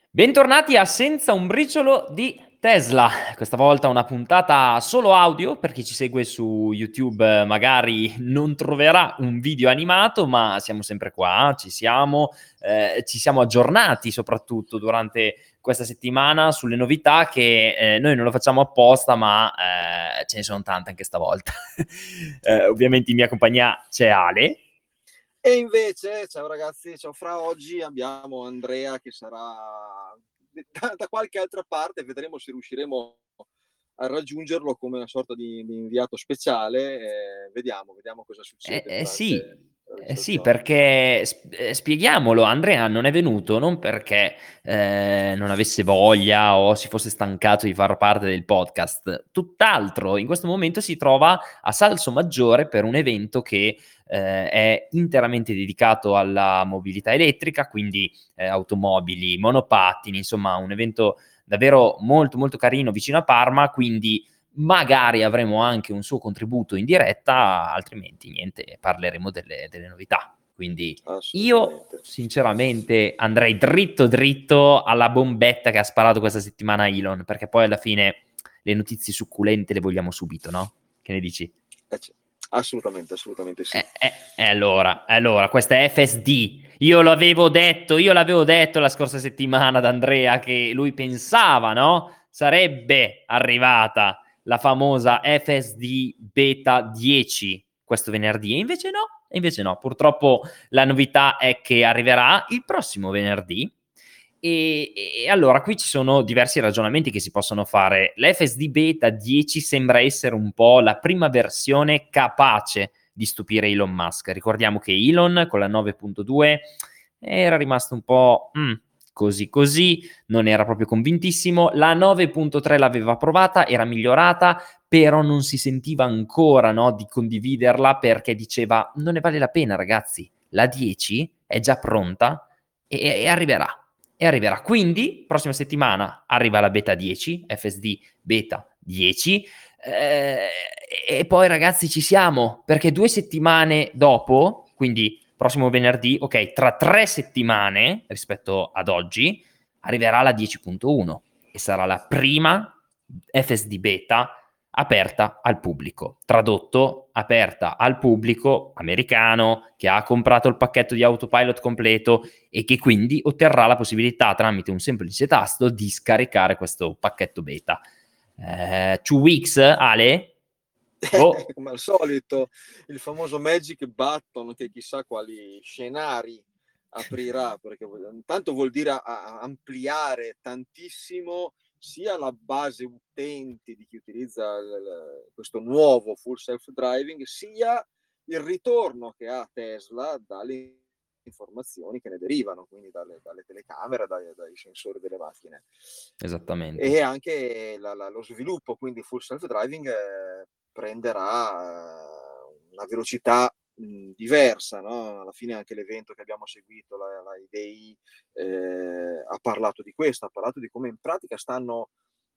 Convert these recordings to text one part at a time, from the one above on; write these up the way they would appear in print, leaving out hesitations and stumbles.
Bentornati a Senza un briciolo di Tesla. Questa volta una puntata solo audio, per chi ci segue su YouTube magari non troverà un video animato, ma siamo sempre qua, ci siamo aggiornati soprattutto durante questa settimana sulle novità che noi non lo facciamo apposta, ma ce ne sono tante anche stavolta. Ovviamente in mia compagnia c'è Ale. E invece, ciao ragazzi, ciao, fra oggi abbiamo Andrea che sarà da qualche altra parte, vedremo se riusciremo a raggiungerlo come una sorta di inviato speciale. Vediamo cosa succede durante questa Sì, zona. perché spieghiamolo, Andrea non è venuto non perché non avesse voglia o si fosse stancato di far parte del podcast, tutt'altro, in questo momento si trova a Salsomaggiore per un evento che è interamente dedicato alla mobilità elettrica, quindi automobili, monopattini, insomma un evento davvero molto molto carino vicino a Parma, quindi magari avremo anche un suo contributo in diretta, altrimenti niente, parleremo delle novità. Quindi io Assolutamente. sinceramente andrei dritto dritto alla bombetta che ha sparato questa settimana Elon, perché poi alla fine le notizie succulente le vogliamo subito, no? Che ne dici? Assolutamente sì. Allora, questa è FSD. Io l'avevo detto la scorsa settimana ad Andrea che lui pensava, no? Sarebbe arrivata la famosa FSD Beta 10 questo venerdì, e invece no, purtroppo la novità è che arriverà il prossimo venerdì. E allora qui ci sono diversi ragionamenti che si possono fare. L'FSD Beta 10 sembra essere un po' la prima versione capace di stupire Elon Musk. Ricordiamo che Elon con la 9.2 era rimasto un po' così così, non era proprio convintissimo. La 9.3 l'aveva provata, era migliorata, però non si sentiva ancora, no, di condividerla perché diceva non ne vale la pena ragazzi, la 10 è già pronta e arriverà. E arriverà. Quindi, prossima settimana arriva la beta 10, FSD beta 10, e poi ragazzi ci siamo, perché 2 settimane dopo, quindi prossimo venerdì, ok, tra 3 settimane rispetto ad oggi, arriverà la 10.1 e sarà la prima FSD beta aperta al pubblico, tradotto aperta al pubblico americano che ha comprato il pacchetto di autopilot completo e che quindi otterrà la possibilità tramite un semplice tasto di scaricare questo pacchetto beta. 2 weeks, Ale? Boh. Come al solito, il famoso Magic Button che chissà quali scenari aprirà, perché intanto vuol dire ampliare tantissimo sia la base utenti di chi utilizza questo nuovo full self-driving, sia il ritorno che ha Tesla dalle informazioni che ne derivano, quindi dalle telecamere, dai sensori delle macchine. Esattamente. E anche lo sviluppo, quindi full self-driving, prenderà una velocità diversa, no? Alla fine anche l'evento che abbiamo seguito, la IDI, ha parlato di questo, ha parlato di come in pratica stanno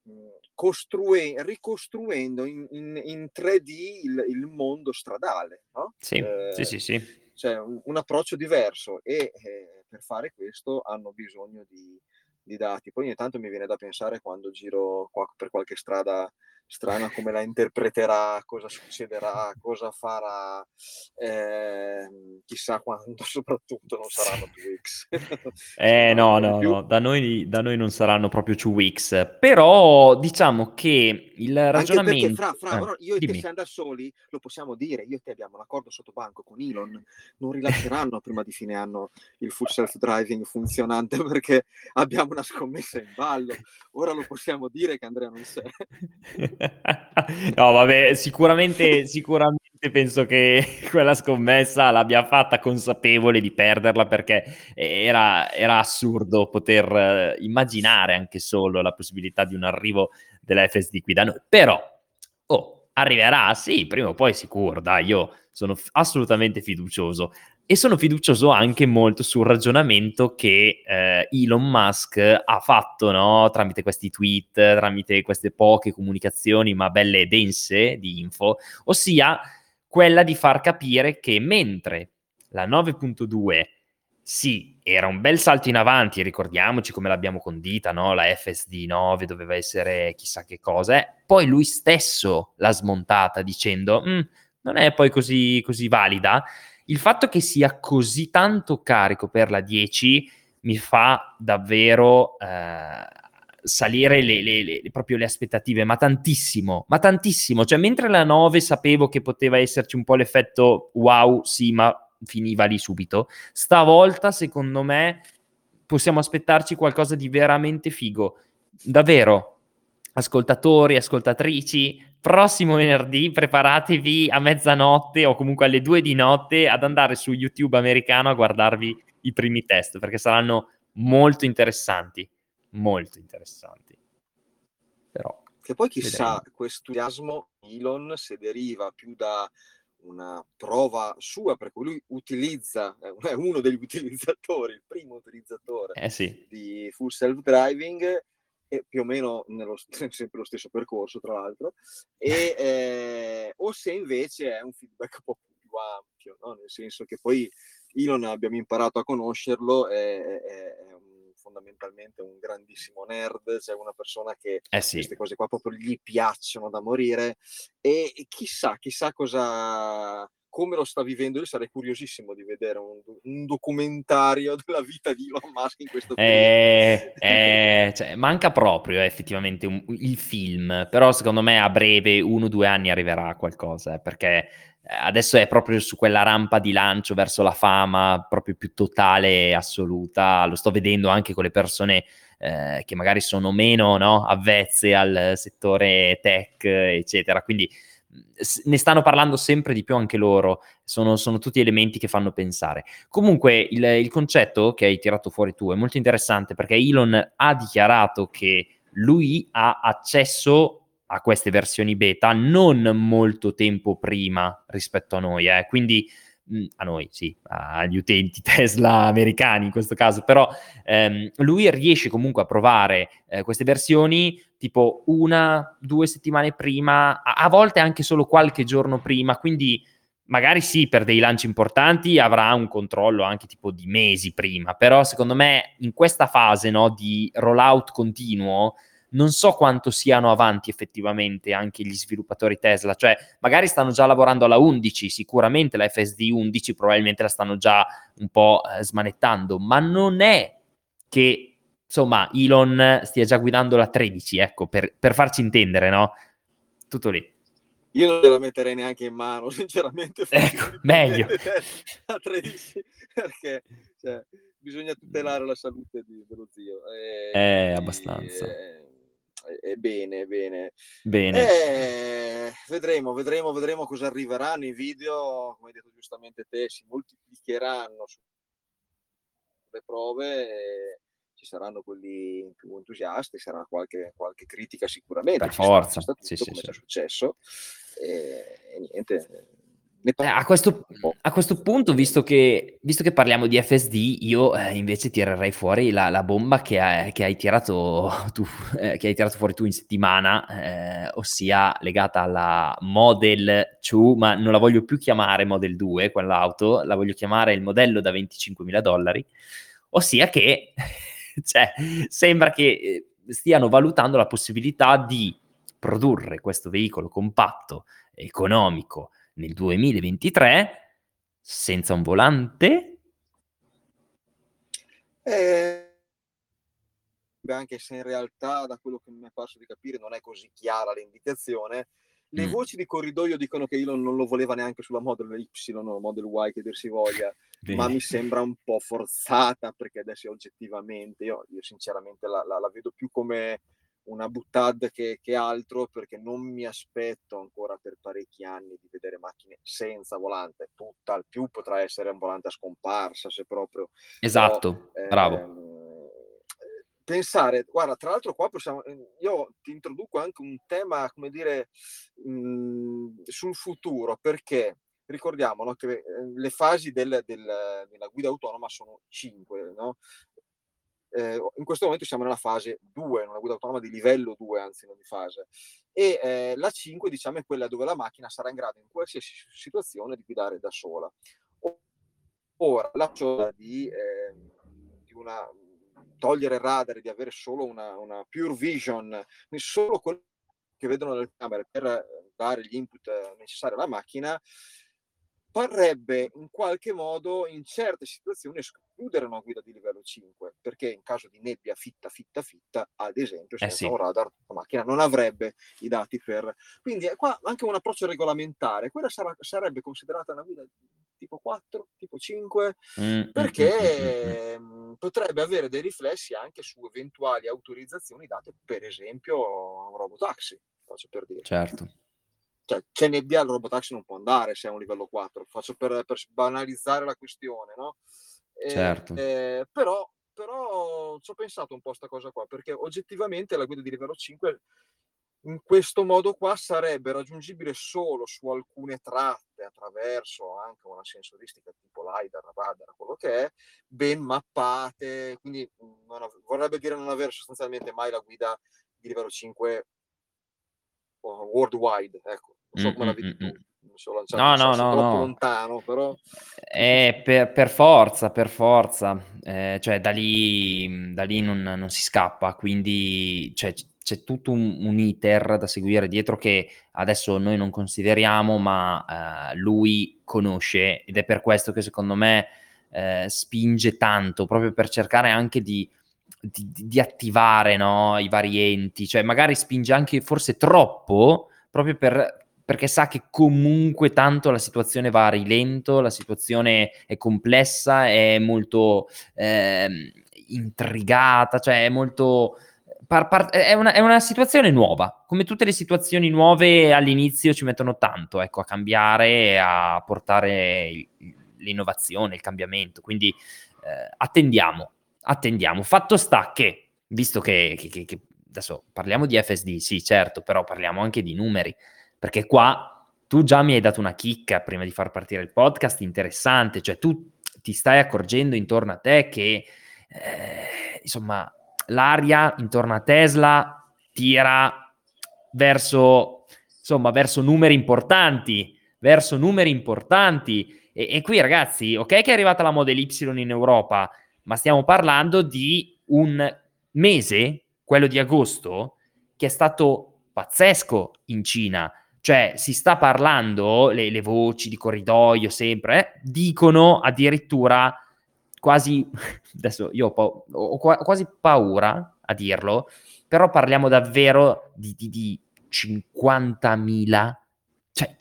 ricostruendo in 3D il mondo stradale, no? Sì. Cioè un approccio diverso e per fare questo hanno bisogno di dati. Poi ogni tanto mi viene da pensare, quando giro qua per qualche strada strana, come la interpreterà, cosa succederà, cosa farà, chissà quando soprattutto non saranno Twix. Saranno per di più. No, da noi non saranno proprio 2 weeks, però diciamo che il Anche perché ragionamento... ora io e te dimmi. siamo da soli, lo possiamo dire, io e te abbiamo un accordo sotto banco con Elon, non rilasceranno prima di fine anno il full self-driving funzionante, perché abbiamo una scommessa in ballo. Ora lo possiamo dire che Andrea non c'è. No, vabbè, sicuramente penso che quella scommessa l'abbia fatta consapevole di perderla, perché era assurdo poter immaginare anche solo la possibilità di un arrivo della FSD qui da noi. Però, arriverà? Sì, prima o poi sicuro, dai, io sono assolutamente fiducioso. E sono fiducioso anche molto sul ragionamento che Elon Musk ha fatto, no? Tramite questi tweet, tramite queste poche comunicazioni, ma belle e dense di info, ossia quella di far capire che mentre la 9.2 sì, era un bel salto in avanti, ricordiamoci come l'abbiamo condita, no? La FSD 9 doveva essere chissà che cosa, poi lui stesso l'ha smontata dicendo: non è poi così valida". Il fatto che sia così tanto carico per la 10 mi fa davvero, salire proprio le aspettative, ma tantissimo, ma tantissimo. Cioè, mentre la 9 sapevo che poteva esserci un po' l'effetto wow, sì, ma finiva lì subito, stavolta secondo me possiamo aspettarci qualcosa di veramente figo. Davvero, ascoltatori, ascoltatrici, prossimo venerdì preparatevi a mezzanotte o comunque alle 2 di notte ad andare su YouTube americano a guardarvi i primi test, perché saranno molto interessanti, molto interessanti. Però Che poi vedremo. chissà, questo entusiasmo Elon se deriva più da una prova sua, perché lui utilizza, è uno degli utilizzatori, il primo utilizzatore Eh sì. di full self-driving, e più o meno sempre lo stesso percorso, tra l'altro, o se invece è un feedback un po' più ampio, no? Nel senso che poi Elon abbiamo imparato a conoscerlo, è fondamentalmente un grandissimo nerd, cioè una persona che Eh sì. queste cose qua proprio gli piacciono da morire, e chissà come lo sta vivendo. Io sarei curiosissimo di vedere un documentario della vita di Elon Musk in questo periodo. Cioè, manca proprio effettivamente il film, però secondo me a breve, 1 o 2 anni arriverà qualcosa, perché adesso è proprio su quella rampa di lancio verso la fama proprio più totale e assoluta. Lo sto vedendo anche con le persone che magari sono meno, no, avvezze al settore tech, eccetera. Quindi ne stanno parlando sempre di più anche loro. Sono tutti elementi che fanno pensare. Comunque il concetto che hai tirato fuori tu è molto interessante, perché Elon ha dichiarato che lui ha accesso a queste versioni beta non molto tempo prima rispetto a noi, quindi a noi sì, agli utenti Tesla americani in questo caso, però lui riesce comunque a provare queste versioni tipo 1, 2 settimane prima, a volte anche solo qualche giorno prima, quindi magari sì, per dei lanci importanti avrà un controllo anche tipo di mesi prima, però secondo me in questa fase, no, di rollout continuo, non so quanto siano avanti effettivamente anche gli sviluppatori Tesla, cioè magari stanno già lavorando alla 11, sicuramente la FSD 11 probabilmente la stanno già un po' smanettando, ma non è che insomma Elon stia già guidando la 13, ecco, per farci intendere, no? Tutto lì. Io non gliela metterei neanche in mano, sinceramente, fossi Ecco, un meglio. dipendente a 13, perché cioè, bisogna tutelare la salute dello zio. Quindi Abbastanza. è bene, è bene. Bene. Vedremo cosa arriverà nei video. Come hai detto giustamente te, si moltiplicheranno sulle prove. Ci saranno quelli più entusiasti, sarà qualche critica sicuramente, Per ci forza. sta Sì, tutto, sì, come è sì. già successo, e niente, ne A parliamo questo un po', a questo punto, vedremo. visto che parliamo di FSD, io, invece tirerei fuori la bomba che hai tirato tu che hai tirato fuori tu in settimana, ossia legata alla Model 2, ma non la voglio più chiamare Model 2 quell'auto, la voglio chiamare il modello da $25.000, ossia che cioè sembra che, stiano valutando la possibilità di produrre questo veicolo compatto, economico, nel 2023 senza un volante? Eh, Anche se in realtà, da quello che mi è parso di capire, non è così chiara l'indicazione. Le Mh. voci di corridoio dicono che Elon non lo voleva neanche sulla Model Y o Model Y, che dir si voglia, ma Bene. mi sembra un po' forzata, perché adesso oggettivamente io sinceramente la vedo più come una buttad che altro, perché non mi aspetto ancora per parecchi anni di vedere macchine senza volante. Tutt'al più potrà essere un volante a scomparsa, se proprio, però Esatto, bravo. pensare, guarda, tra l'altro qua io ti introduco anche un tema, come dire, sul futuro, perché ricordiamo, no, che le fasi della guida autonoma sono 5, no? In questo momento siamo nella fase 2, una guida autonoma di livello 2, anzi non di fase, e la 5 diciamo è quella dove la macchina sarà in grado in qualsiasi situazione di guidare da sola. Ora, la cosa di togliere il radar e di avere solo una pure vision, quindi solo quello che vedono le camere per dare gli input necessari alla macchina, parrebbe in qualche modo in certe situazioni escludere una guida di livello 5, perché in caso di nebbia fitta, ad esempio, senza sì. un radar la macchina non avrebbe i dati per... Quindi è qua anche un approccio regolamentare, quella sarebbe considerata una guida tipo 4, tipo 5, perché potrebbe avere dei riflessi anche su eventuali autorizzazioni date, per esempio, a un robotaxi, faccio per dire. Certo. Cioè, c'è nebbia, il robotaxi non può andare se è un livello 4, faccio per banalizzare la questione, no? Certo. Però ci ho pensato un po' a sta cosa qua, perché oggettivamente la guida di livello 5 in questo modo qua sarebbe raggiungibile solo su alcune tratte attraverso anche una sensoristica tipo LiDAR, radar, quello che è, ben mappate, quindi vorrebbe dire non avere sostanzialmente mai la guida di livello 5 worldwide, ecco. Non so come la vedi tu, mi sono lanciato No, un no, sasso no, troppo no. lontano, però... Per forza, per forza. Cioè da lì non si scappa, quindi cioè, c'è tutto un iter da seguire dietro che adesso noi non consideriamo, ma lui conosce, ed è per questo che secondo me spinge tanto, proprio per cercare anche di attivare, no, i vari enti, cioè magari spinge anche forse troppo, proprio perché sa che comunque tanto la situazione va a rilento, la situazione è complessa, è molto intrigata, cioè è molto... è una situazione nuova, come tutte le situazioni nuove all'inizio ci mettono tanto, ecco, a cambiare e a portare l'innovazione, il cambiamento, quindi attendiamo. Fatto sta che, visto che adesso parliamo di FSD, sì certo, però parliamo anche di numeri, perché qua tu già mi hai dato una chicca prima di far partire il podcast interessante, cioè tu ti stai accorgendo intorno a te che insomma l'aria intorno a Tesla tira verso numeri importanti e qui ragazzi, ok che è arrivata la Model Y in Europa, ma stiamo parlando di un mese, quello di agosto, che è stato pazzesco in Cina. Cioè, si sta parlando, le voci di corridoio sempre, dicono addirittura quasi, adesso io ho quasi paura a dirlo, però parliamo davvero di 50.000, cioè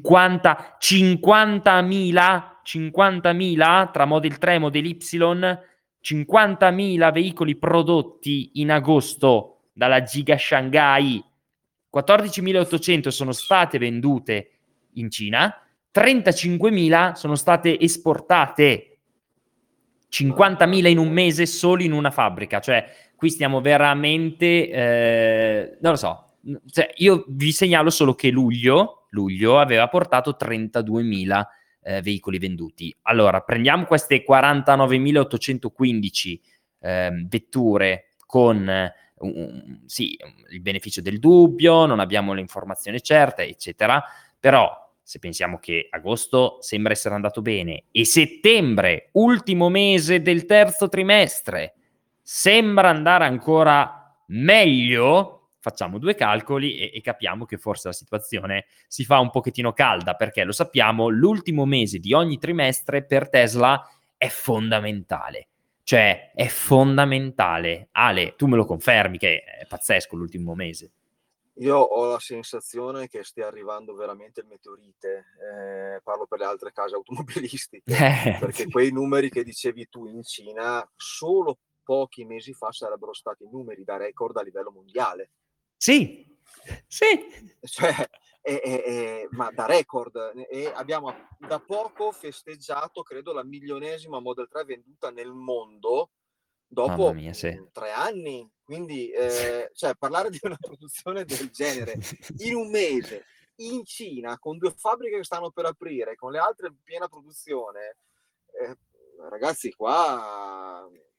50.000 tra Model 3 e Model Y, 50.000 veicoli prodotti in agosto dalla Giga Shanghai, 14.800 sono state vendute in Cina, 35.000 sono state esportate, 50.000 in un mese solo in una fabbrica, cioè qui stiamo veramente, non lo so, cioè, io vi segnalo solo che luglio aveva portato 32.000 veicoli venduti. Allora, prendiamo queste 49.815 vetture con sì, il beneficio del dubbio, non abbiamo le informazioni certe, eccetera, però se pensiamo che agosto sembra essere andato bene e settembre, ultimo mese del terzo trimestre, sembra andare ancora meglio, facciamo due calcoli e capiamo che forse la situazione si fa un pochettino calda, perché lo sappiamo, l'ultimo mese di ogni trimestre per Tesla è fondamentale. Cioè, è fondamentale. Ale, tu me lo confermi che è pazzesco l'ultimo mese. Io ho la sensazione che stia arrivando veramente il meteorite, parlo per le altre case automobilistiche, perché Sì. quei numeri che dicevi tu in Cina, solo pochi mesi fa sarebbero stati numeri da record a livello mondiale. Sì, sì. Cioè, ma da record. E abbiamo da poco festeggiato, credo, la milionesima Model 3 venduta nel mondo Mamma dopo mia, sì. 3 anni. Quindi, cioè, parlare di una produzione del genere in un mese in Cina, con 2 fabbriche che stanno per aprire, con le altre in piena produzione, ragazzi, qua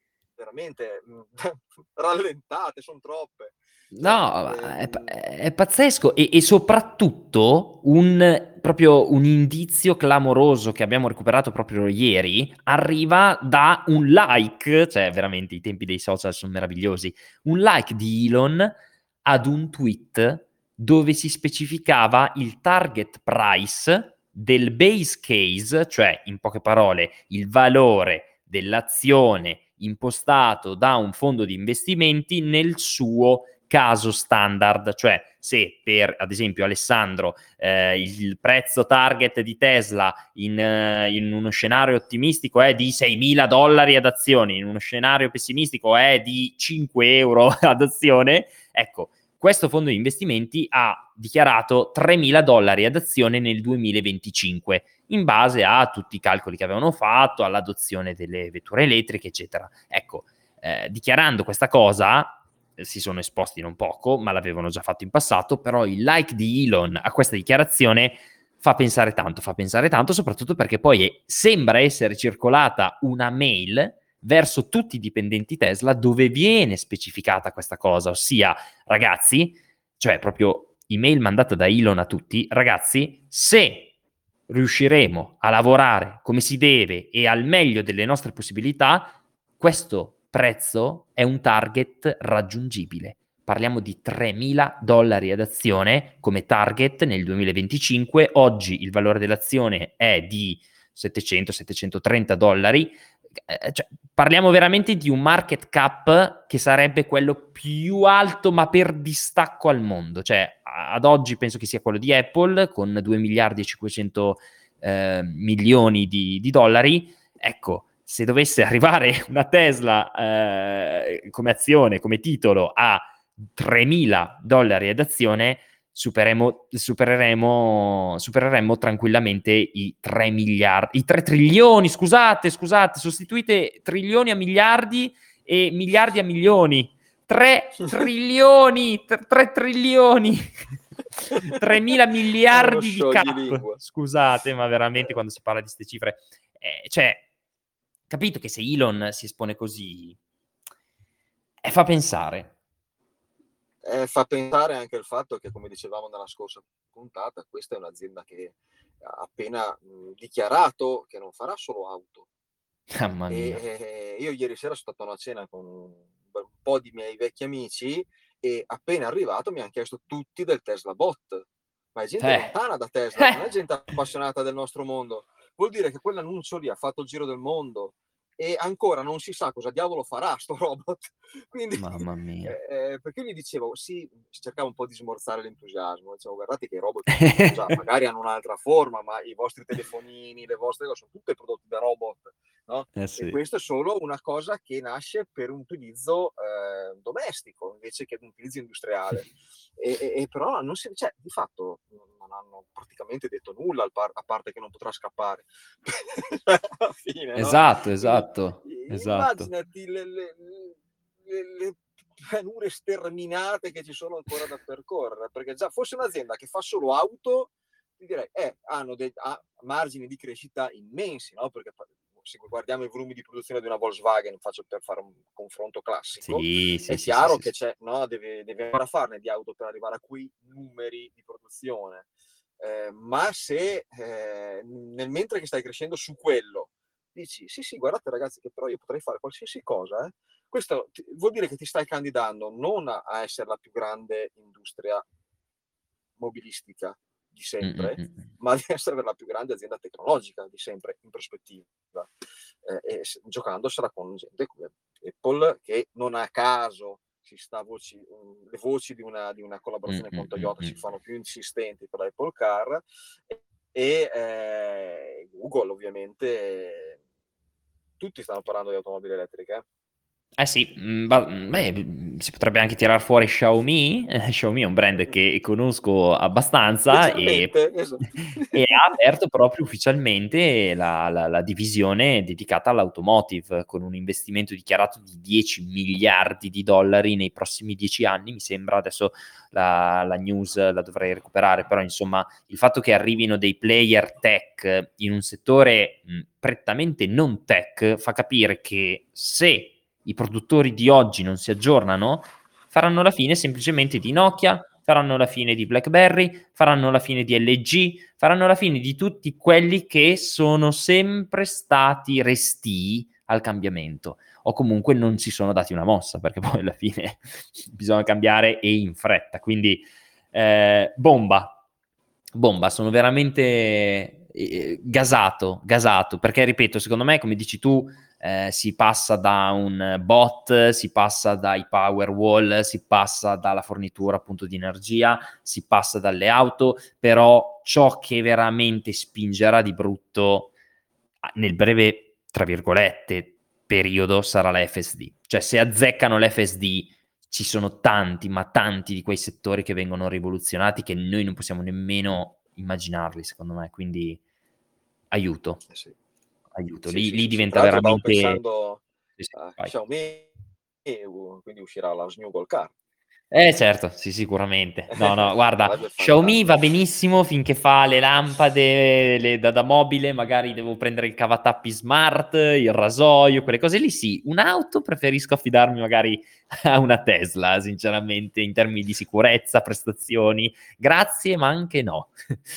veramente rallentate, sono troppe. No, è pazzesco e soprattutto proprio un indizio clamoroso che abbiamo recuperato proprio ieri arriva da un like, cioè veramente i tempi dei social sono meravigliosi, un like di Elon ad un tweet dove si specificava il target price del base case, cioè in poche parole il valore dell'azione impostato da un fondo di investimenti nel suo caso standard, cioè se per ad esempio Alessandro il prezzo target di Tesla in uno scenario ottimistico è di $6.000 ad azione, in uno scenario pessimistico è di 5 euro ad azione, ecco, questo fondo di investimenti ha dichiarato $3.000 ad azione nel 2025, in base a tutti i calcoli che avevano fatto, all'adozione delle vetture elettriche, eccetera. Ecco, dichiarando questa cosa, si sono esposti non poco, ma l'avevano già fatto in passato, però il like di Elon a questa dichiarazione fa pensare tanto, soprattutto perché poi sembra essere circolata una mail verso tutti i dipendenti Tesla dove viene specificata questa cosa, ossia, ragazzi, cioè proprio email mandata da Elon a tutti, ragazzi, se riusciremo a lavorare come si deve e al meglio delle nostre possibilità, questo prezzo è un target raggiungibile. Parliamo di $3.000 ad azione come target nel 2025. Oggi il valore dell'azione è di $700-730. Cioè, parliamo veramente di un market cap che sarebbe quello più alto, ma per distacco al mondo. Cioè, ad oggi penso che sia quello di Apple con 2 miliardi e 500 milioni di dollari. Ecco, se dovesse arrivare una Tesla come azione, come titolo a $3.000 ad azione, supereremo tranquillamente i 3 miliardi, i 3 trilioni, scusate, sostituite trilioni a miliardi e miliardi a milioni. 3 trilioni, 3 trilioni. 3.000 miliardi di cap. Scusate, ma veramente quando si parla di queste cifre, cioè, capito che se Elon si espone così, fa pensare. Fa pensare anche il fatto che, come dicevamo nella scorsa puntata, questa è un'azienda che ha appena dichiarato che non farà solo auto. Mamma mia. Io ieri sera sono stato a una cena con un po' di miei vecchi amici e appena arrivato mi hanno chiesto tutti del Tesla Bot. Ma è gente lontana da Tesla, non è gente appassionata del nostro mondo. Vuol dire che quell'annuncio lì ha fatto il giro del mondo e ancora non si sa cosa diavolo farà sto robot. Quindi, mamma mia. perché io gli dicevo, sì, cercavo un po' di smorzare l'entusiasmo, dicevo, guardate che i robot già, magari hanno un'altra forma, ma i vostri telefonini, le vostre cose sono tutte prodotte da robot, no? Sì. E questo è solo una cosa che nasce per un utilizzo domestico invece che un utilizzo industriale. E però non si, cioè, di fatto non hanno praticamente detto nulla a parte che non potrà scappare alla fine, no? Esatto. Immaginati le pianure sterminate che ci sono ancora da percorrere, perché già fosse un'azienda che fa solo auto, ti direi hanno margini di crescita immensi, no? Perché se guardiamo i volumi di produzione di una Volkswagen, faccio per fare un confronto classico, è chiaro che c'è, no? Deve ancora farne di auto per arrivare a quei numeri di produzione. Ma se nel mentre che stai crescendo su quello dici sì guardate ragazzi che però io potrei fare qualsiasi cosa, questo vuol dire che ti stai candidando non a essere la più grande industria mobilistica di sempre, ma di essere la più grande azienda tecnologica di sempre in prospettiva, e giocandosela con gente come Apple, che non a caso le voci di una collaborazione con Toyota si fanno più insistenti per l'Apple Car, e Google ovviamente. Tutti stanno parlando di automobili elettriche. Sì, si potrebbe anche tirar fuori Xiaomi. Xiaomi è un brand che conosco abbastanza e ha aperto proprio ufficialmente la divisione dedicata all'automotive con un investimento dichiarato di 10 miliardi di dollari nei prossimi 10 anni, mi sembra. Adesso la news la dovrei recuperare, però insomma il fatto che arrivino dei player tech in un settore prettamente non tech fa capire che se i produttori di oggi non si aggiornano, faranno la fine semplicemente di Nokia, faranno la fine di BlackBerry, faranno la fine di LG, faranno la fine di tutti quelli che sono sempre stati restii al cambiamento, o comunque non si sono dati una mossa, perché poi alla fine bisogna cambiare e in fretta. Quindi bomba, sono veramente gasato, perché ripeto, secondo me, come dici tu, si passa da un bot, si passa dai Powerwall, si passa dalla fornitura appunto di energia, si passa dalle auto, però ciò che veramente spingerà di brutto nel breve, tra virgolette, periodo sarà la FSD. Cioè, se azzeccano l'FSD, ci sono tanti, ma tanti di quei settori che vengono rivoluzionati che noi non possiamo nemmeno immaginarli, secondo me. Quindi aiuto, Sì. aiuto. Sì, sì, Lì sì, sì. diventa Tra l'altro stavo veramente... pensando Sì, sì, a vai. Xiaomi, quindi uscirà la Snuggle Car. Certo, sì, sicuramente. No, guarda, Sarebbe Xiaomi va fantastico. benissimo finché fa le lampade da mobile, magari devo prendere il cavatappi smart, il rasoio, quelle cose lì sì. Un'auto preferisco affidarmi magari a una Tesla, sinceramente, in termini di sicurezza, prestazioni. Grazie, ma anche no.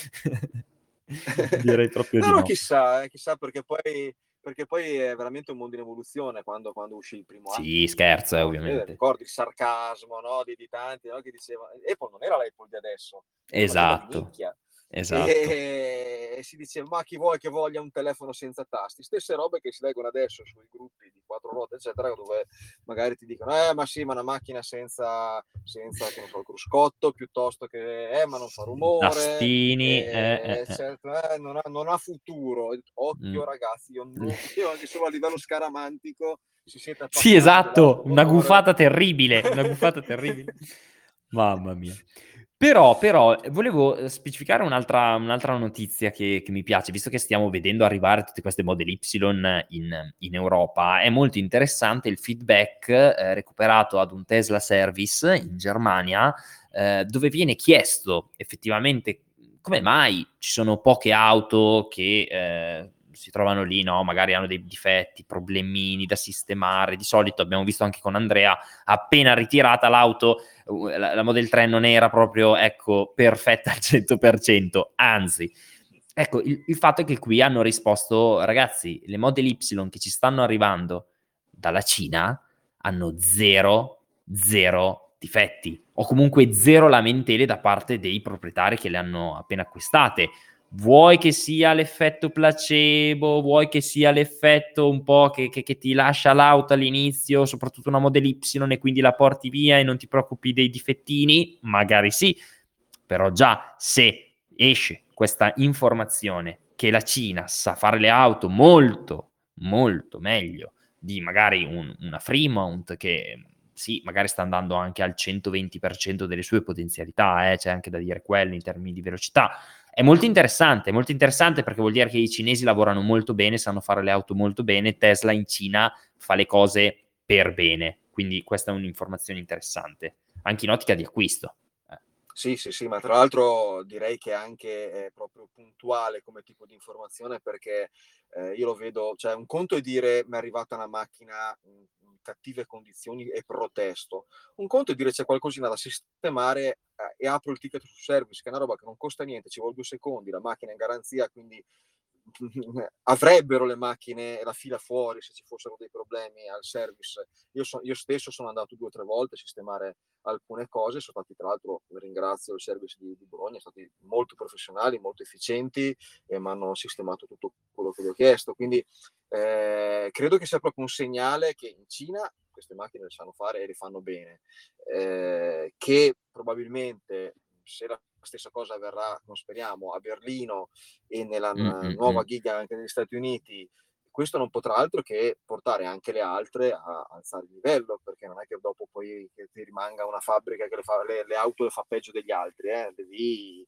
Direi proprio di No, no. chissà perché poi è veramente un mondo in evoluzione quando uscì il primo Sì, scherzo, iPhone, no, ovviamente. ricordi il sarcasmo, no, di tanti, no, che diceva Apple non era l'Apple di adesso, era una roba di Esatto, nicchia. esatto. E si diceva: "Ma chi vuoi che voglia un telefono senza tasti?" Stesse robe che si leggono adesso sui gruppi di 4 ruote, eccetera, dove magari ti dicono: ma sì, ma una macchina senza che ne so, il cruscotto, piuttosto che ma non fa rumore, Tastini, eccetera, non ha futuro." Mh. Occhio ragazzi, io anche solo a livello scaramantico, se siete Sì, appassionati esatto, una dell'automotore. gufata terribile, una gufata terribile. Mamma mia. Però volevo, specificare un'altra notizia che mi piace, visto che stiamo vedendo arrivare tutte queste Model Y in Europa, è molto interessante il feedback, recuperato ad un Tesla Service in Germania, dove viene chiesto effettivamente come mai ci sono poche auto che, si trovano lì, no, magari hanno dei difetti, problemini da sistemare. Di solito abbiamo visto anche con Andrea, appena ritirata l'auto, la Model 3 non era proprio, ecco, perfetta al 100%, anzi. Ecco, il fatto è che qui hanno risposto: "Ragazzi, le Model Y che ci stanno arrivando dalla Cina hanno 0 difetti, o comunque 0 lamentele da parte dei proprietari che le hanno appena acquistate. Vuoi che sia l'effetto placebo, vuoi che sia l'effetto un po' che ti lascia l'auto all'inizio, soprattutto una Model Y, e quindi la porti via e non ti preoccupi dei difettini? Magari sì, però già se esce questa informazione che la Cina sa fare le auto molto, molto meglio di magari una Fremont che sì, magari sta andando anche al 120% delle sue potenzialità, c'è anche da dire quello in termini di velocità. È molto interessante perché vuol dire che i cinesi lavorano molto bene, sanno fare le auto molto bene, Tesla in Cina fa le cose per bene, quindi questa è un'informazione interessante, anche in ottica di acquisto. Sì, sì, sì, ma tra l'altro direi che anche è proprio puntuale come tipo di informazione perché io lo vedo, cioè un conto è dire mi è arrivata una macchina in cattive condizioni e protesto, un conto è dire c'è qualcosina da sistemare e apro il ticket su service, che è una roba che non costa niente, ci vuole 2 secondi, la macchina è in garanzia, quindi avrebbero le macchine la fila fuori se ci fossero dei problemi al service. Io stesso sono andato 2 o 3 volte a sistemare alcune cose, sono stati tra l'altro, ringrazio il service di Bologna, sono stati molto professionali, molto efficienti e mi hanno sistemato tutto quello che gli ho chiesto. Quindi credo che sia proprio un segnale che in Cina queste macchine le sanno fare e le fanno bene, che probabilmente se la stessa cosa avverrà, non speriamo, a Berlino e nella nuova giga anche negli Stati Uniti, questo non potrà altro che portare anche le altre a alzare il livello, perché non è che dopo poi che ti rimanga una fabbrica che le auto le fa peggio degli altri, devi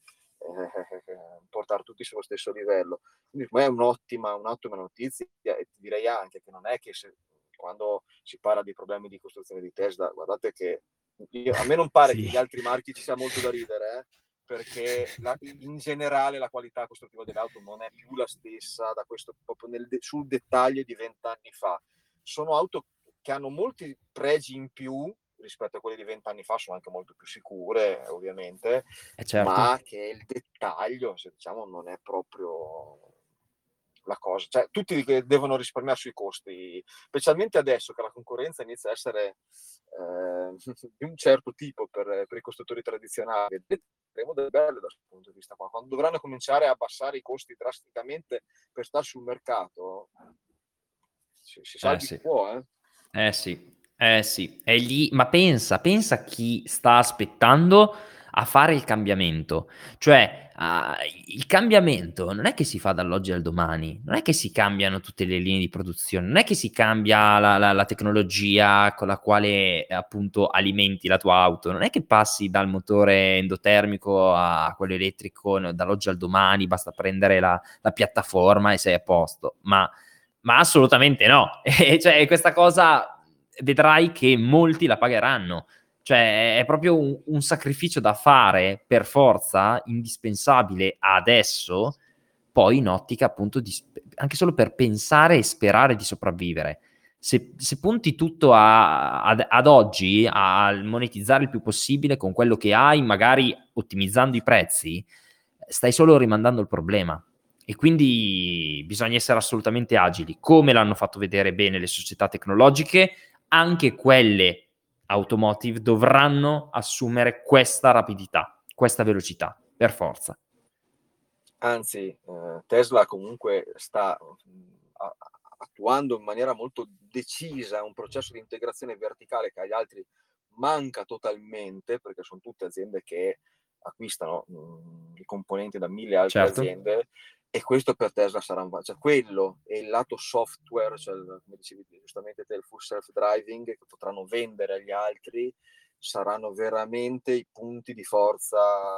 portare tutti sullo stesso livello. Quindi per me è un'ottima notizia e ti direi anche che non è che quando si parla di problemi di costruzione di Tesla, guardate che a me non pare che Sì. gli altri marchi ci sia molto da ridere, perché in generale la qualità costruttiva dell'auto non è più la stessa da questo proprio sul dettaglio di 20 anni fa. Sono auto che hanno molti pregi in più rispetto a quelli di 20 anni fa, sono anche molto più sicure, ovviamente, certo. ma che il dettaglio, se diciamo, non è proprio la cosa. Cioè, tutti che devono risparmiare sui costi, specialmente adesso che la concorrenza inizia a essere di un certo tipo per i costruttori tradizionali. Vedremo delle belle da questo punto di vista qua. Quando dovranno cominciare a abbassare i costi drasticamente per stare sul mercato, si salvi Sì. chi può, eh? Sì, è lì, ma pensa a chi sta aspettando a fare il cambiamento. Cioè, il cambiamento non è che si fa dall'oggi al domani, non è che si cambiano tutte le linee di produzione, non è che si cambia la tecnologia con la quale, appunto, alimenti la tua auto, non è che passi dal motore endotermico a quello elettrico dall'oggi al domani, basta prendere la piattaforma e sei a posto, ma assolutamente no. E cioè questa cosa vedrai che molti la pagheranno. Cioè è proprio un sacrificio da fare per forza, indispensabile adesso, poi in ottica appunto di anche solo per pensare e sperare di sopravvivere. Se punti tutto ad oggi, a monetizzare il più possibile con quello che hai, magari ottimizzando i prezzi, stai solo rimandando il problema. E quindi bisogna essere assolutamente agili, come l'hanno fatto vedere bene le società tecnologiche, anche quelle automotive dovranno assumere questa rapidità, questa velocità, per forza. Anzi, Tesla comunque sta attuando in maniera molto decisa un processo di integrazione verticale che agli altri manca totalmente, perché sono tutte aziende che acquistano i componenti da 1000 altre Certo. aziende, e questo per Tesla sarà cioè quello e il lato software, cioè come dicevi giustamente te, il full self-driving che potranno vendere agli altri, saranno veramente i punti di forza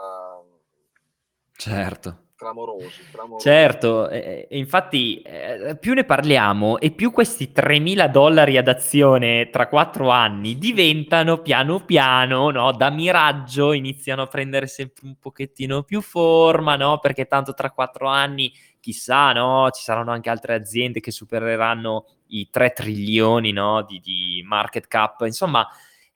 Certo. clamorosi. Certo, e infatti, più ne parliamo e più questi $3.000 ad azione tra 4 anni diventano piano piano, no, da miraggio iniziano a prendere sempre un pochettino più forma, no, perché tanto tra 4 anni chissà, no, ci saranno anche altre aziende che supereranno i 3 trilioni, no, di market cap. Insomma,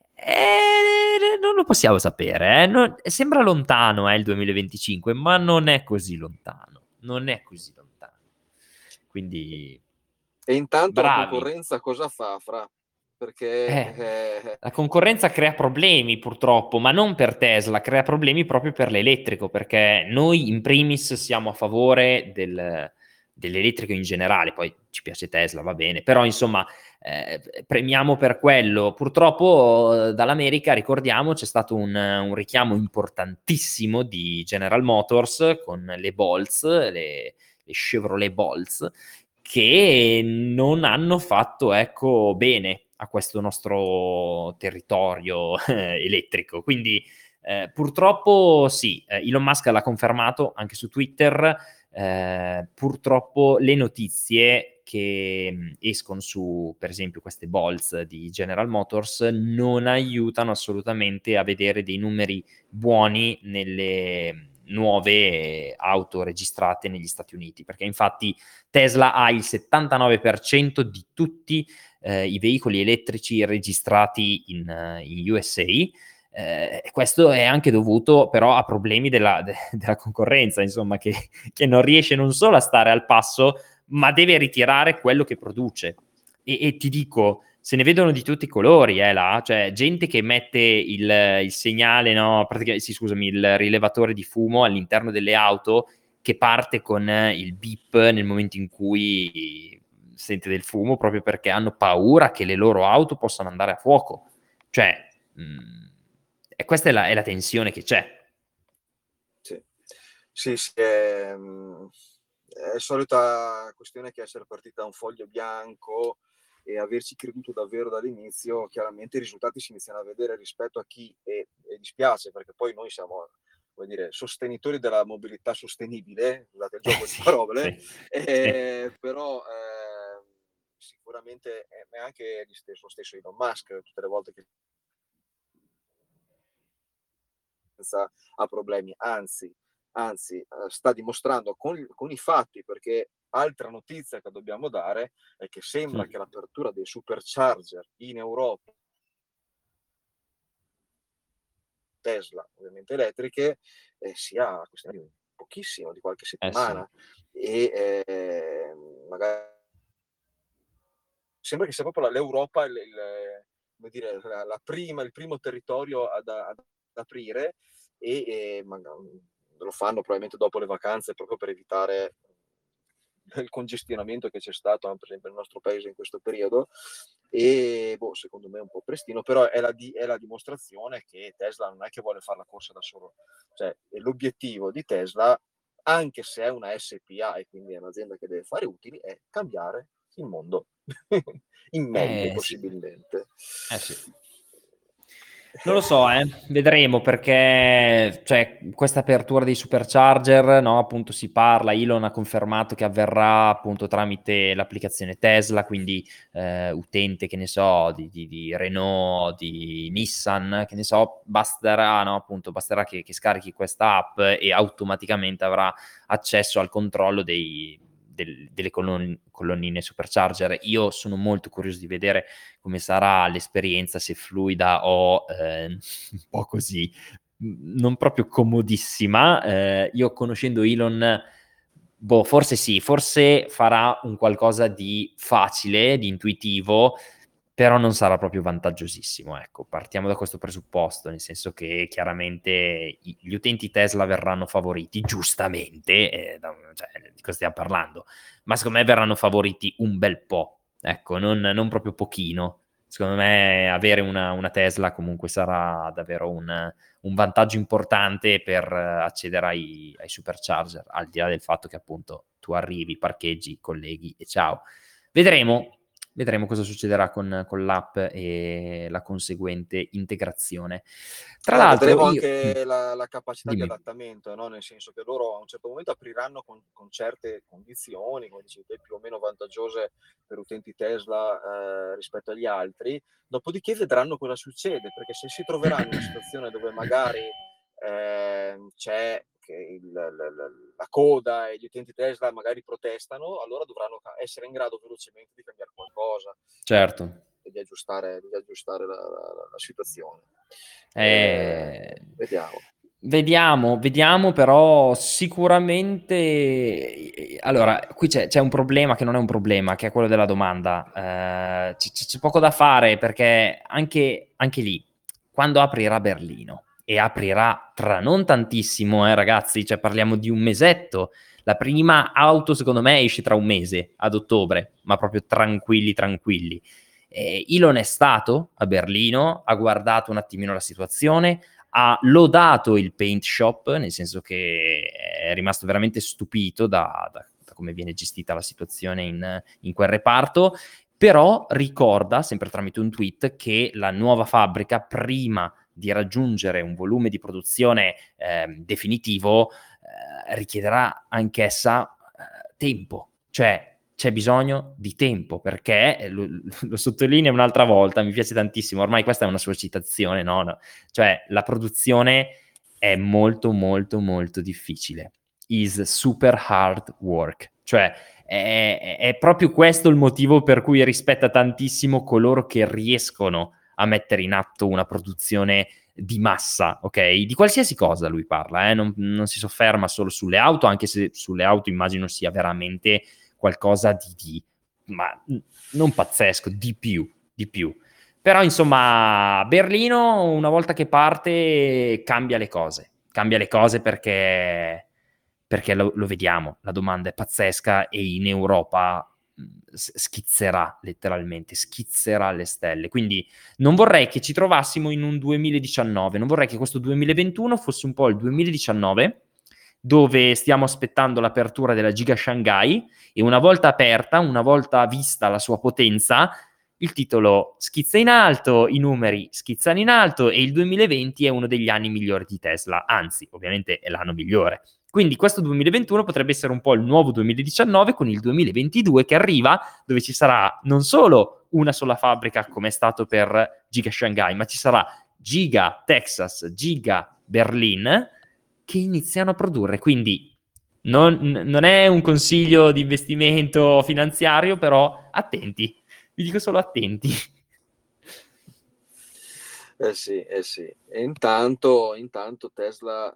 non lo possiamo sapere, sembra lontano, il 2025, ma non è così lontano. Non è così lontano. Quindi E intanto la bravi. concorrenza cosa fa, Fra? Perché La concorrenza crea problemi purtroppo, ma non per Tesla, crea problemi proprio per l'elettrico, perché noi in primis siamo a favore dell'elettrico in generale, poi ci piace Tesla, va bene, però insomma premiamo per quello. Purtroppo dall'America, ricordiamo, c'è stato un richiamo importantissimo di General Motors con le Bolts, le Chevrolet Bolts, che non hanno fatto, ecco, bene a questo nostro territorio elettrico. Quindi purtroppo sì, Elon Musk l'ha confermato anche su Twitter. Purtroppo le notizie che escono su, per esempio, queste Bolts di General Motors non aiutano assolutamente a vedere dei numeri buoni nelle nuove auto registrate negli Stati Uniti, perché infatti Tesla ha il 79% di tutti i veicoli elettrici registrati in USA. Questo è anche dovuto però a problemi della concorrenza, insomma, che non riesce non solo a stare al passo, ma deve ritirare quello che produce. E ti dico, se ne vedono di tutti i colori, là, cioè gente che mette il segnale, no, sì, scusami, il rilevatore di fumo all'interno delle auto, che parte con il beep nel momento in cui sente del fumo, proprio perché hanno paura che le loro auto possano andare a fuoco. Cioè, e questa è la tensione che c'è. sì, sì, è la solita questione che essere partita da un foglio bianco e averci creduto davvero dall'inizio, chiaramente i risultati si iniziano a vedere rispetto a chi, e dispiace perché poi noi siamo, vuol dire, sostenitori della mobilità sostenibile, scusate il gioco di Sì, parole, sì, sì. però sicuramente è anche lo stesso Elon Musk, tutte le volte che ha problemi, anzi sta dimostrando con i fatti, perché altra notizia che dobbiamo dare è che sembra che l'apertura dei supercharger in Europa, Tesla ovviamente elettriche, sia questione di pochissimo, di qualche settimana. E magari sembra che sia proprio l'Europa come dire, il primo territorio ad aprire, e lo fanno probabilmente dopo le vacanze, proprio per evitare il congestionamento che c'è stato per esempio nel nostro paese in questo periodo. E secondo me è un po' prestino, però è la dimostrazione che Tesla non è che vuole fare la corsa da solo, cioè l'obiettivo di Tesla, anche se è una SPA e quindi è un'azienda che deve fare utili, è cambiare il mondo in meglio possibilmente. Sì. Non lo so, vedremo, perché cioè, questa apertura dei supercharger, no, appunto si parla, Elon ha confermato che avverrà appunto tramite l'applicazione Tesla, quindi utente, che ne so, di Renault, di Nissan, che ne so, basterà, no, appunto, basterà che scarichi questa app e automaticamente avrà accesso al controllo delle colonnine supercharger. Io sono molto curioso di vedere come sarà l'esperienza, se fluida o un po' così, non proprio comodissima. Io, conoscendo Elon, forse sì, forse farà un qualcosa di facile, di intuitivo, però non sarà proprio vantaggiosissimo, ecco. Partiamo da questo presupposto, nel senso che chiaramente gli utenti Tesla verranno favoriti, giustamente, cioè, di cosa stiamo parlando, ma secondo me verranno favoriti un bel po', ecco, non proprio pochino. Secondo me avere una Tesla comunque sarà davvero un vantaggio importante per accedere ai supercharger, al di là del fatto che appunto tu arrivi, parcheggi, colleghi e ciao. Vedremo cosa succederà con l'app e la conseguente integrazione. Tra l'altro vedremo io... anche la capacità di Dimmi. adattamento, no? Nel senso che loro a un certo momento apriranno con certe condizioni, come dici te, più o meno vantaggiose per utenti Tesla rispetto agli altri, dopodiché vedranno cosa succede, perché se si troveranno in una situazione dove magari c'è che la coda e gli utenti Tesla magari protestano, allora dovranno essere in grado velocemente di cambiare qualcosa. Certo. E di aggiustare la situazione. Vediamo, però sicuramente... Allora, qui c'è un problema che non è un problema, che è quello della domanda. C'è poco da fare, perché anche lì, quando aprirà Berlino, e aprirà tra non tantissimo, ragazzi, cioè parliamo di un mesetto. La prima auto, secondo me, esce tra un mese, ad ottobre, ma proprio tranquilli. Elon è stato a Berlino, ha guardato un attimino la situazione, ha lodato il paint shop, nel senso che è rimasto veramente stupito da come viene gestita la situazione in quel reparto, però ricorda, sempre tramite un tweet, che la nuova fabbrica, prima di raggiungere un volume di produzione definitivo, richiederà anch'essa tempo, cioè c'è bisogno di tempo, perché lo sottolineo un'altra volta, mi piace tantissimo, ormai questa è una sua citazione, no? Cioè la produzione è molto difficile, is super hard work, cioè è proprio questo il motivo per cui rispetta tantissimo coloro che riescono a mettere in atto una produzione di massa, ok? Di qualsiasi cosa lui parla, non si sofferma solo sulle auto, anche se sulle auto immagino sia veramente qualcosa ma non pazzesco, di più. Però insomma, Berlino, una volta che parte, cambia le cose perché lo vediamo, la domanda è pazzesca e in Europa schizzerà letteralmente, schizzerà alle stelle. Quindi non vorrei che ci trovassimo in un 2019, non vorrei che questo 2021 fosse un po' il 2019, dove stiamo aspettando l'apertura della Giga Shanghai, e una volta aperta, una volta vista la sua potenza, il titolo schizza in alto, i numeri schizzano in alto e il 2020 è uno degli anni migliori di Tesla, anzi, ovviamente è l'anno migliore. Quindi questo 2021 potrebbe essere un po' il nuovo 2019 con il 2022 che arriva, dove ci sarà non solo una sola fabbrica come è stato per Giga Shanghai, ma ci sarà Giga Texas, Giga Berlin, che iniziano a produrre. Quindi non è un consiglio di investimento finanziario, però attenti, vi dico solo attenti. Sì, eh sì. E intanto Tesla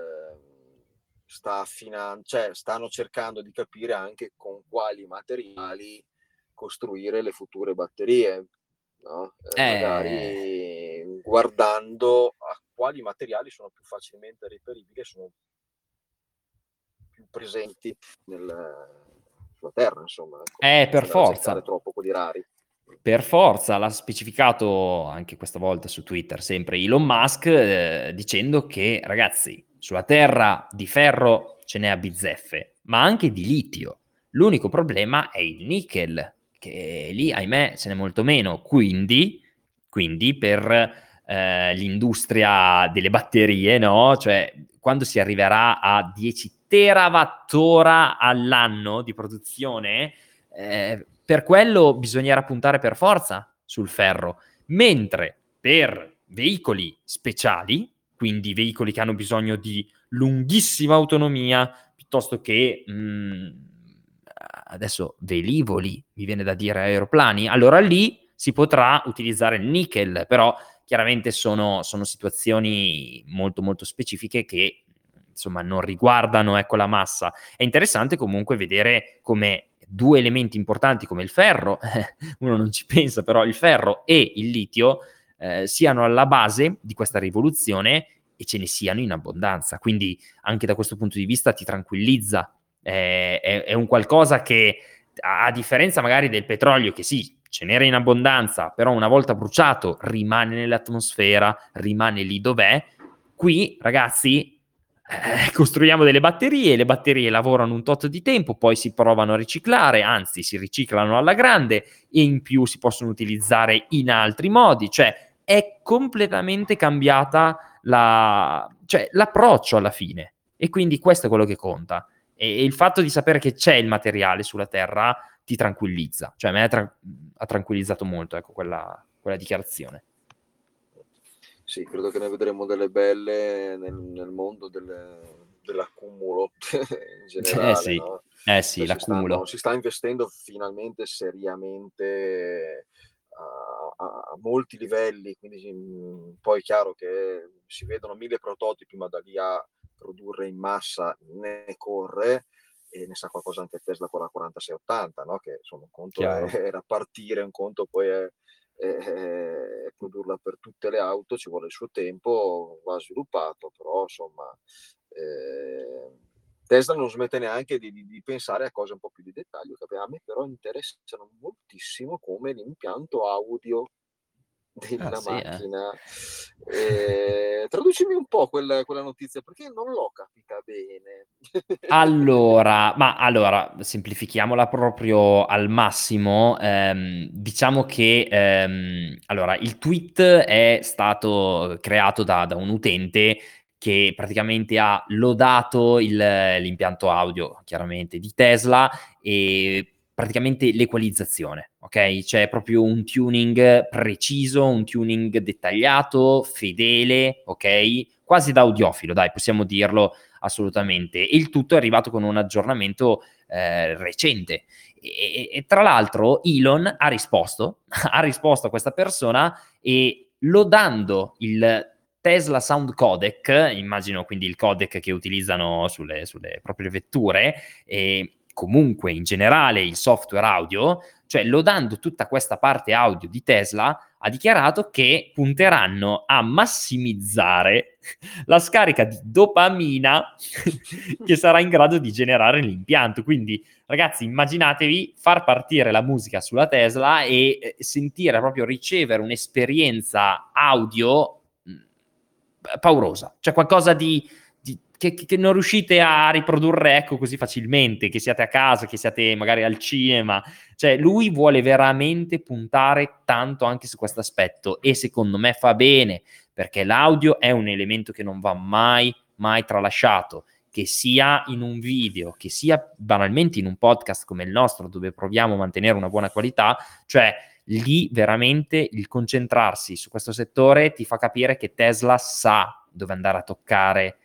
stanno cercando di capire anche con quali materiali costruire le future batterie, no? Magari guardando a quali materiali sono più facilmente reperibili e sono più presenti sulla Terra, insomma, Per senza azzeccare forza. troppo quelli rari. Per forza, l'ha specificato anche questa volta su Twitter, sempre Elon Musk, dicendo che, ragazzi, sulla Terra di ferro ce n'è a bizzeffe, ma anche di litio. L'unico problema è il nickel, che lì, ahimè, ce n'è molto meno. Quindi per l'industria delle batterie, no? Cioè, quando si arriverà a 10 terawattora all'anno di produzione, per quello bisognerà puntare per forza sul ferro, mentre per veicoli speciali, quindi veicoli che hanno bisogno di lunghissima autonomia, piuttosto che adesso velivoli, mi viene da dire aeroplani, allora lì si potrà utilizzare il nickel, però chiaramente sono situazioni molto molto specifiche che insomma non riguardano, ecco, la massa. È interessante comunque vedere come due elementi importanti come il ferro, uno non ci pensa, però il ferro e il litio siano alla base di questa rivoluzione e ce ne siano in abbondanza. Quindi anche da questo punto di vista ti tranquillizza. È un qualcosa che, a differenza magari del petrolio, che sì, ce n'era in abbondanza, però una volta bruciato rimane nell'atmosfera, rimane lì dov'è. Qui, ragazzi, costruiamo delle batterie, le batterie lavorano un tot di tempo, poi si provano a riciclare, anzi si riciclano alla grande e in più si possono utilizzare in altri modi, cioè è completamente cambiata l'approccio alla fine, e quindi questo è quello che conta, e il fatto di sapere che c'è il materiale sulla Terra ti tranquillizza, cioè a me ha tranquillizzato molto, ecco, quella dichiarazione. Sì, credo che ne vedremo delle belle nel mondo dell'accumulo in generale, Sì, no? sì, Cioè l'accumulo. si sta investendo finalmente seriamente a molti livelli, quindi poi è chiaro che si vedono 1000 prototipi, ma da lì a produrre in massa ne corre, e ne sa qualcosa anche Tesla con la 4680, no? Che insomma un conto Chiaro. era partire, un conto poi è produrla per tutte le auto, ci vuole il suo tempo, va sviluppato, però insomma Tesla non smette neanche di pensare a cose un po' più di dettaglio, che a me però interessano moltissimo, come l'impianto audio Ah della sì, macchina. Traducimi un po' quella notizia, perché non l'ho capita bene. Allora, semplifichiamola proprio al massimo. Diciamo che allora, il tweet è stato creato da un utente che praticamente ha lodato l'impianto audio, chiaramente, di Tesla, e praticamente l'equalizzazione, ok? C'è proprio un tuning preciso, un tuning dettagliato, fedele, ok? Quasi da audiofilo, dai, possiamo dirlo assolutamente. E il tutto è arrivato con un aggiornamento recente. E tra l'altro Elon ha risposto, ha risposto a questa persona, e lodando il Tesla Sound Codec, immagino quindi il codec che utilizzano sulle proprie vetture, e comunque in generale il software audio, cioè lodando tutta questa parte audio di Tesla, ha dichiarato che punteranno a massimizzare la scarica di dopamina che sarà in grado di generare l'impianto. Quindi, ragazzi, immaginatevi far partire la musica sulla Tesla e sentire, proprio ricevere un'esperienza audio paurosa, cioè qualcosa che non riuscite a riprodurre, ecco, così facilmente, che siate a casa, che siate magari al cinema. Cioè lui vuole veramente puntare tanto anche su questo aspetto, e secondo me fa bene, perché l'audio è un elemento che non va mai tralasciato, che sia in un video, che sia banalmente in un podcast come il nostro, dove proviamo a mantenere una buona qualità. Cioè lì veramente il concentrarsi su questo settore ti fa capire che Tesla sa dove andare a toccare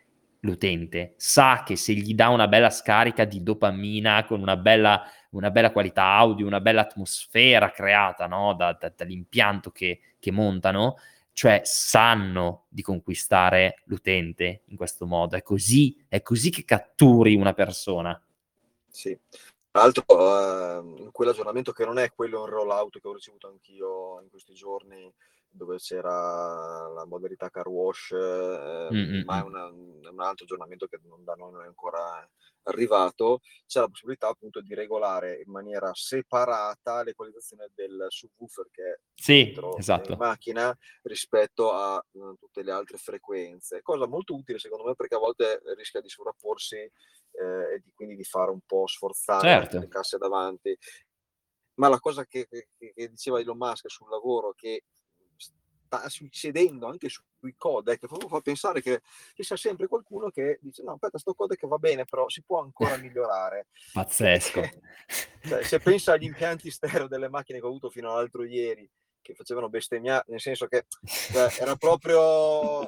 l'utente, sa che se gli dà una bella scarica di dopamina con una bella qualità audio, una bella atmosfera creata, no, dall'impianto che montano, cioè sanno di conquistare l'utente in questo modo. È così che catturi una persona. Sì. Tra l'altro, in quell'aggiornamento che non è quello in rollout che ho ricevuto anch'io in questi giorni, dove c'era la modalità car wash, ma è un altro aggiornamento che da noi non è ancora arrivato, c'è la possibilità appunto di regolare in maniera separata l'equalizzazione del subwoofer che è Sì, dentro in esatto. macchina rispetto a tutte le altre frequenze. Cosa molto utile secondo me, perché a volte rischia di sovrapporsi e quindi di fare un po' sforzare anche Certo. le casse davanti. Ma la cosa che diceva Elon Musk sul lavoro, che sta succedendo anche sui codec, proprio fa pensare che ci sia sempre qualcuno che dice: "No, aspetta, sto codec va bene, però si può ancora migliorare". Pazzesco. Cioè, se pensa agli impianti stereo delle macchine che ho avuto fino all'altro ieri, che facevano bestemmia nel senso che, cioè, era proprio,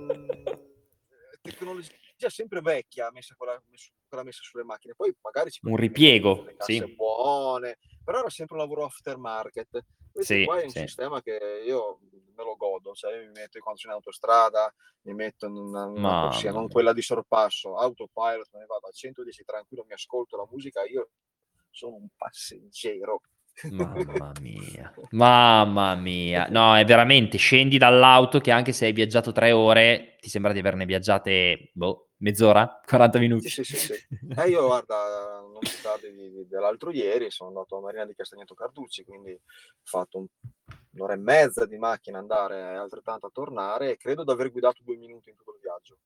tecnologia sempre vecchia quella messa sulle macchine. Poi magari ci Un potevi mettere delle ripiego, casse sì. buone, però era sempre un lavoro aftermarket. Invece Sì, qua è un sì. sistema che io me lo godo, cioè mi metto quando sono in autostrada, mi metto in una corsia, Mamma non mia. quella di sorpasso, autopilot, me ne vado a 110 tranquillo, mi ascolto la musica, io sono un passeggero. Mamma mia, mamma mia. No, è veramente, scendi dall'auto che anche se hai viaggiato 3 ore, ti sembra di averne viaggiate, boh, mezz'ora? 40 Sì, minuti. sì, sì, sì. Io guarda, non più tardi dell'altro ieri sono andato a Marina di Castagneto Carducci, quindi ho fatto un'ora e mezza di macchina andare e altrettanto a tornare, e credo di aver guidato 2 minuti in tutto il viaggio.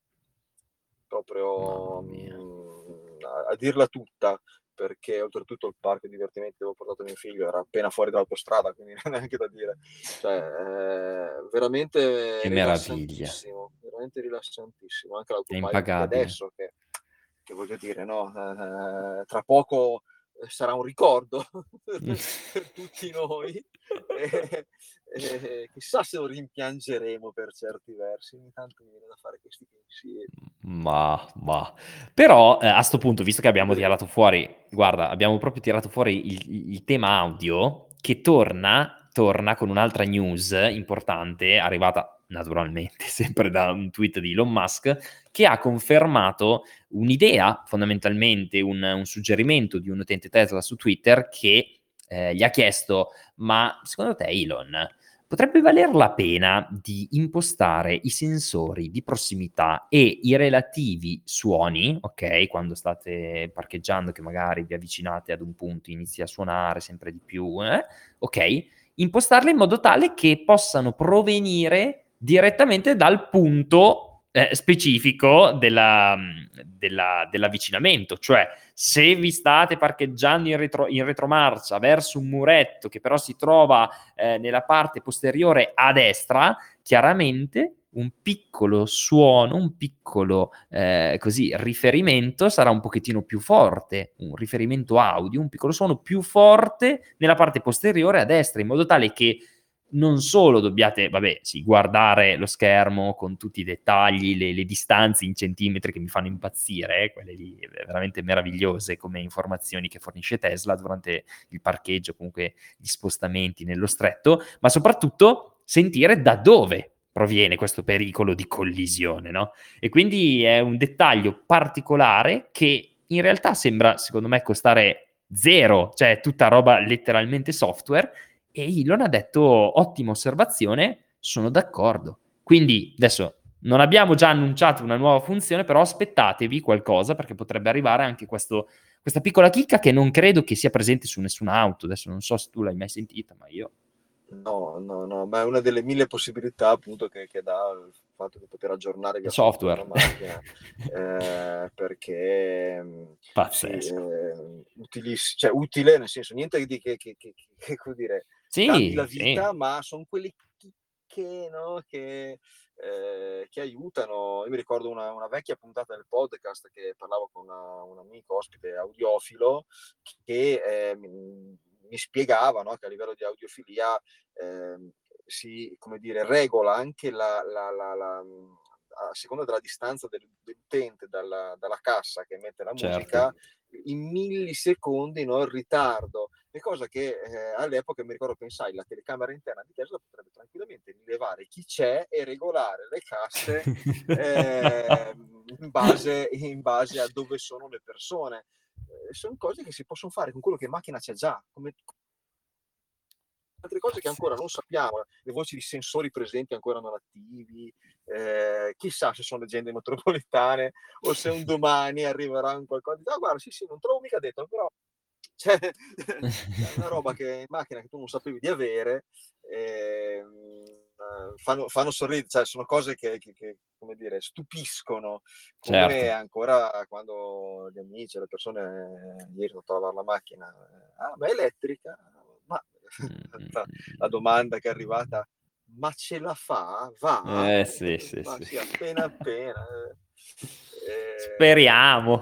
Mamma Proprio, mia. a dirla tutta, perché oltretutto il parco divertimenti dove ho portato mio figlio era appena fuori dall'autostrada, quindi neanche da dire. Cioè, Che meraviglia. veramente rilassantissimo. Anche È l'autopilot di impagabile. adesso che voglio dire, no, tra poco sarà un ricordo per tutti noi. E, chissà se lo rimpiangeremo per certi versi. Ogni tanto mi viene da fare questi pensieri. Ma però, a 'sto punto, visto che abbiamo tirato fuori guarda, abbiamo proprio tirato fuori il tema audio, che torna con un'altra news importante, arrivata naturalmente sempre da un tweet di Elon Musk, che ha confermato un'idea, fondamentalmente un suggerimento di un utente Tesla su Twitter che, gli ha chiesto: "Ma secondo te Elon, potrebbe valer la pena di impostare i sensori di prossimità e i relativi suoni, okay, quando state parcheggiando che magari vi avvicinate ad un punto, inizi a suonare sempre di più, okay, impostarli in modo tale che possano provenire direttamente dal punto, specifico dell'avvicinamento. Cioè, se vi state parcheggiando in retromarcia verso un muretto che però si trova nella parte posteriore a destra, chiaramente un piccolo suono, un piccolo così riferimento sarà un pochettino più forte, un riferimento audio, un piccolo suono più forte nella parte posteriore a destra, in modo tale che non solo dobbiate, vabbè, sì, guardare lo schermo con tutti i dettagli, le distanze in centimetri che mi fanno impazzire, quelle lì veramente meravigliose come informazioni che fornisce Tesla durante il parcheggio, comunque gli spostamenti nello stretto, ma soprattutto sentire da dove proviene questo pericolo di collisione, no? E quindi è un dettaglio particolare che in realtà sembra, secondo me, costare zero, cioè è tutta roba letteralmente software, e Elon ha detto: "Ottima osservazione, sono d'accordo". Quindi adesso non abbiamo già annunciato una nuova funzione, però aspettatevi qualcosa perché potrebbe arrivare anche questa piccola chicca che non credo che sia presente su nessuna auto. Adesso non so se tu l'hai mai sentita, ma io No, no, no, ma è una delle 1000 possibilità appunto che dà il fatto di poter aggiornare il via software una software. macchina, perché, sì, Pazzesco. cioè utile, nel senso niente di che come dire, cambi la Sì, sì. vita, ma son quelle chicche, no, che aiutano. Io mi ricordo una vecchia puntata del podcast che parlavo con un amico ospite audiofilo che, mi spiegava, no, che a livello di audiofilia, si, come dire, regola anche a seconda della distanza dell'utente dalla cassa che emette la musica, certo. in millisecondi, no, il ritardo. E cosa che all'epoca mi ricordo pensai, la telecamera interna di Tesla potrebbe tranquillamente rilevare chi c'è e regolare le casse in base a dove sono le persone. Sono cose che si possono fare con quello che in macchina c'è già, come altre cose che ancora non Pazzesco. sappiamo, le voci di sensori presenti ancora non attivi, chissà se sono leggende metropolitane o se un domani arriverà un qualcosa di guarda, sì, non trovo mica detto, però c'è c'è una roba che in macchina che tu non sapevi di avere, fanno sorridere, cioè sono cose che come dire, stupiscono, come Certo. ancora quando gli amici, le persone ieri sono andato a lavar la macchina: "Ah, ma è elettrica?" Ma la domanda che è arrivata: "Ma ce la fa? Va?" Sì, sì, Ma sì. sì, appena appena. Speriamo.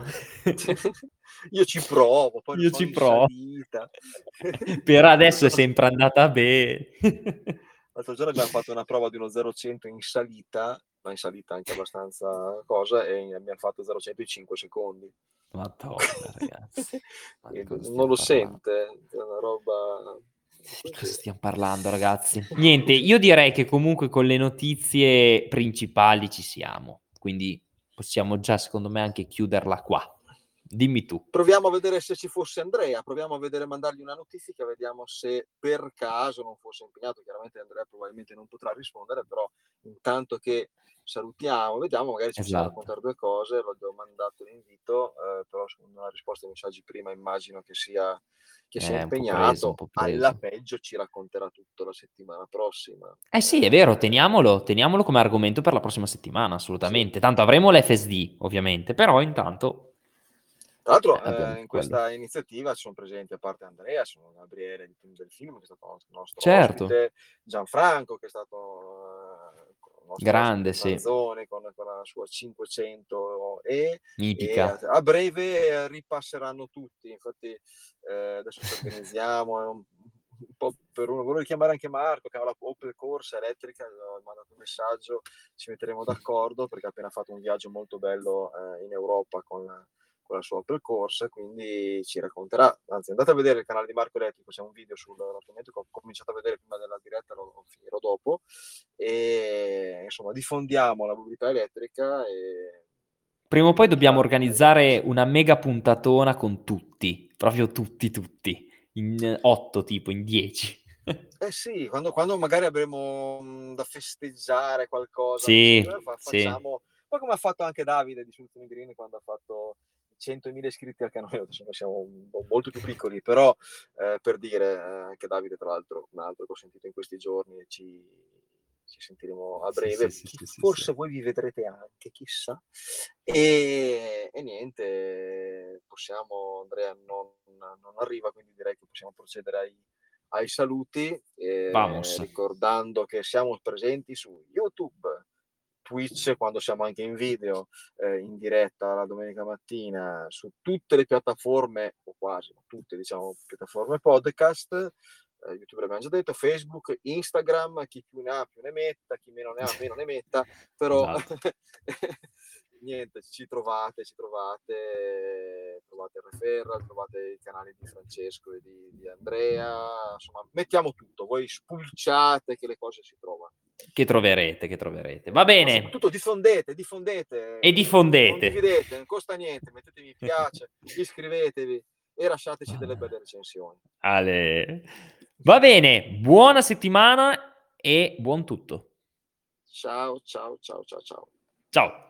Io ci provo, poi lo Io sono ci in provo. salita. Per adesso è L'altro sempre andata bene. l'altro giorno abbiam fatto una prova di uno 0-100 in salita, ma in salita anche abbastanza cosa, e abbiam fatto 0-100 in 5 secondi. Madonna ragazzi, ma di cosa Non stiam lo parlando? sente, è una roba Di così. cosa stiam parlando ragazzi? Niente, io direi che comunque con le notizie principali ci siamo, quindi possiamo già secondo me anche chiuderla qua. Dimmi tu. Proviamo a vedere se ci fosse Andrea, proviamo a vedere, mandargli una notifica, vediamo se per caso non fosse impegnato. Chiaramente Andrea probabilmente non potrà rispondere, però intanto che salutiamo, vediamo, magari ci possiamo Esatto. raccontare due cose. L'ho mandato l'invito, però secondo la risposta ai messaggi prima immagino che sia Un po' preso, un impegnato. po' Alla preso. peggio ci racconterà tutto la settimana prossima. Eh sì, è vero, teniamolo come argomento per la prossima settimana, Sì. assolutamente. Tanto avremo l'FSD, ovviamente, però intanto Tra l'altro, abbiamo in quello. questa iniziativa ci sono presenti, a parte Andrea, sono Gabriele di Team del Film, che è stato il nostro Certo, ospite, Gianfranco, che è stato il nostro ospite grande, sì, Franzoni con la sua 500 e mitica. a breve ripasseranno tutti. Infatti, adesso ci organizziamo, un po' per uno. Volevo chiamare anche Marco, che ha la Opel Corsa elettrica, gli ho mandato un messaggio, ci metteremo d'accordo perché ha appena fatto un viaggio molto bello in Europa con la sua percorsa, quindi ci racconterà. Anzi, andate a vedere il canale di Marco Elettrico, c'è un video sull'argomento che ho cominciato a vedere prima della diretta, lo finirò dopo. E insomma, diffondiamo la mobilità elettrica e Prima o poi dobbiamo aiutiamo organizzare una mega puntatona con tutti, proprio tutti, tutti, in 8 tipo, in 10. eh sì, quando magari avremo da festeggiare qualcosa, amici, Sì, sì. facciamo, poi come ha fatto anche Davide di Soluzioni Green quando ha fatto 100.000 iscritti al canale. Adesso noi siamo molto più piccoli, però per dire che Davide, tra l'altro, un altro che ho sentito in questi giorni, e ci sentiremo a Sì, sì, breve, sì, sì, sì, sì. forse voi vi vedrete anche, chissà. E niente, possiamo, Andrea non arriva, quindi direi che possiamo procedere ai saluti, Vamos. ricordando che siamo presenti su YouTube, Twitch quando siamo anche in video, in diretta la domenica mattina, su tutte le piattaforme, o quasi tutte, diciamo, piattaforme podcast. YouTube l'abbiamo già detto, Facebook, Instagram, chi più ne ha più ne metta, chi meno ne ha meno ne metta, però Esatto. niente, trovate il referral, trovate i canali di Francesco e di Andrea, insomma, mettiamo tutto, voi spulciate che le cose si trovano. Che troverete, che troverete. Va Ma bene. soprattutto diffondete, E diffondete. condividete, non costa niente, mettete mi piace, iscrivetevi e lasciateci delle belle recensioni. Ale. Va bene, buona settimana e buon tutto. Ciao, ciao, ciao, ciao, ciao. Ciao.